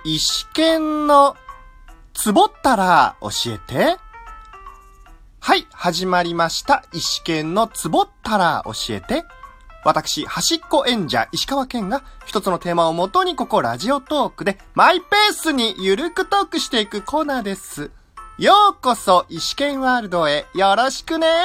石剣のツボったら教えて。はい、始まりました。石剣のツボったら教えて。私、端っこ演者石川県が一つのテーマをもとにここラジオトークでマイペースにゆるくトークしていくコーナーです。ようこそ石剣ワールドへよろしくね。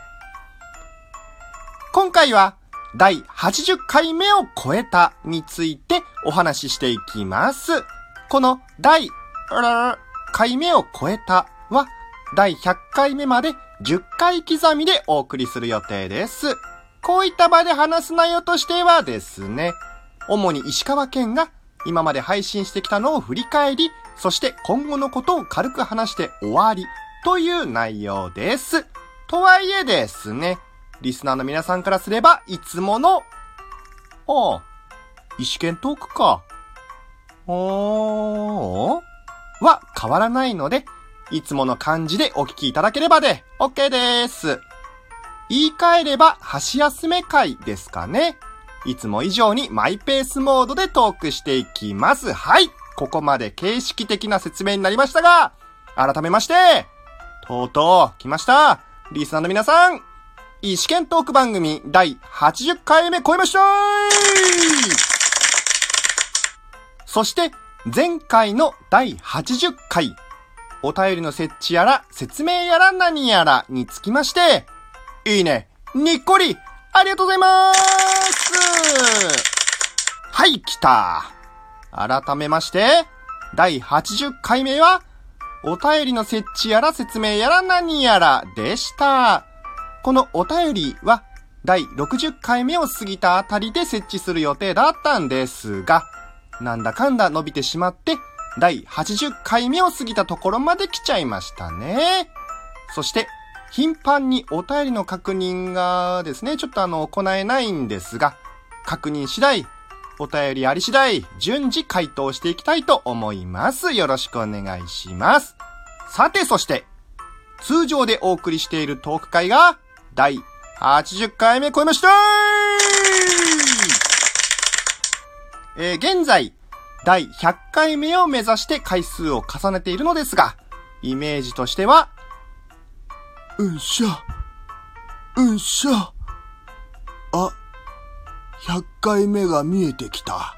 今回は第80回目を超えたについてお話ししていきます。この第回目を超えたは第100回目まで10回刻みでお送りする予定です。こういった場で話す内容としてはですね、主に石川県が今まで配信してきたのを振り返り、そして今後のことを軽く話して終わりという内容です。とはいえですね、リスナーの皆さんからすればいつもの、石剣トークか。は変わらないので、いつもの感じでお聞きいただければで OK です。言い換えれば箸休め会ですかね。いつも以上にマイペースモードでトークしていきます。はい。ここまで形式的な説明になりましたが、改めまして、とうとう来ました。リスナーの皆さん、石剣トーク番組第80回目超えましたー。そして前回の第80回、お便りの設置やら説明やら何やらにつきまして、いいね、にっこり、ありがとうございます。はい、来た。改めまして、第80回目は、お便りの設置やら説明やら何やらでした。このお便りは、第60回目を過ぎたあたりで設置する予定だったんですが、なんだかんだ伸びてしまって、第80回目を過ぎたところまで来ちゃいましたね。そして、頻繁にお便りの確認がですね、ちょっと行えないんですが、確認次第、お便りあり次第、順次回答していきたいと思います。よろしくお願いします。さて、そして、通常でお送りしているトーク会が、第80回目超えましたー。現在、第100回目を目指して回数を重ねているのですが、イメージとしては、うんしゃ。あ、100回目が見えてきた。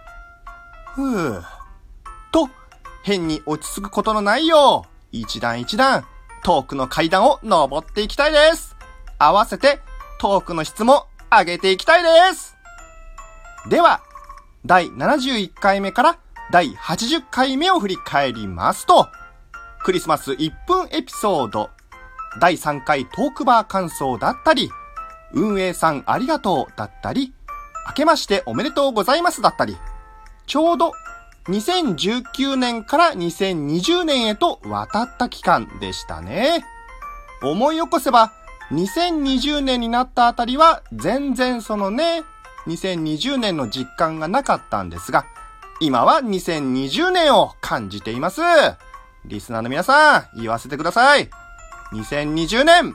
と、変に落ち着くことのないよう、一段一段、トークの階段を登っていきたいです。合わせて、トークの質も上げていきたいです。では、第71回目から第80回目を振り返りますと、クリスマス1分エピソード、第3回トークバー感想だったり、運営さんありがとうだったり、明けましておめでとうございますだったり、ちょうど2019年から2020年へと渡った期間でしたね。思い起こせば、2020年になったあたりは全然2020年の実感がなかったんですが、今は2020年を感じています。リスナーの皆さん、言わせてください。2020年。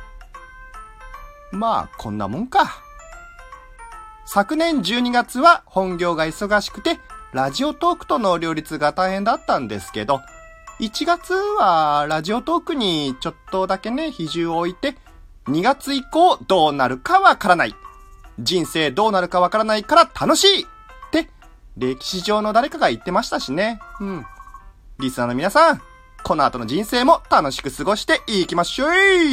まあ、こんなもんか。昨年12月は本業が忙しくて、ラジオトークとの両立が大変だったんですけど、1月はラジオトークにちょっとだけ比重を置いて、2月以降どうなるかわからない。人生どうなるかわからないから楽しいって、歴史上の誰かが言ってましたしね。リスナーの皆さん、この後の人生も楽しく過ごしていきましょう。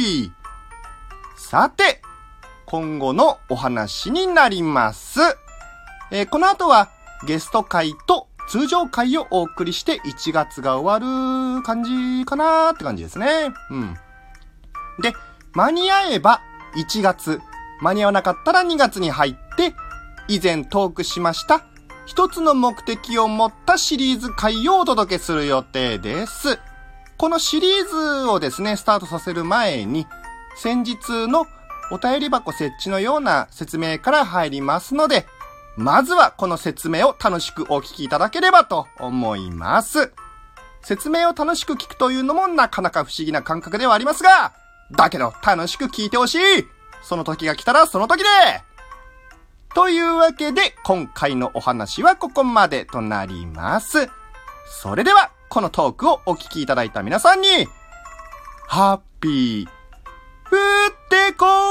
さて、今後のお話になります。この後はゲスト会と通常会をお送りして1月が終わる感じかなーって感じですね。で、間に合えば1月、間に合わなかったら2月に入って、以前トークしました一つの目的を持ったシリーズ会をお届けする予定です。このシリーズをですね、スタートさせる前に、先日のお便り箱設置のような説明から入りますので、まずはこの説明を楽しくお聞きいただければと思います。説明を楽しく聞くというのもなかなか不思議な感覚ではありますが、だけど楽しく聞いてほしい。その時が来たらその時で。というわけで今回のお話はここまでとなります。 それでは、このトークをお聞きいただいた皆さんに、ハッピー、降ってこー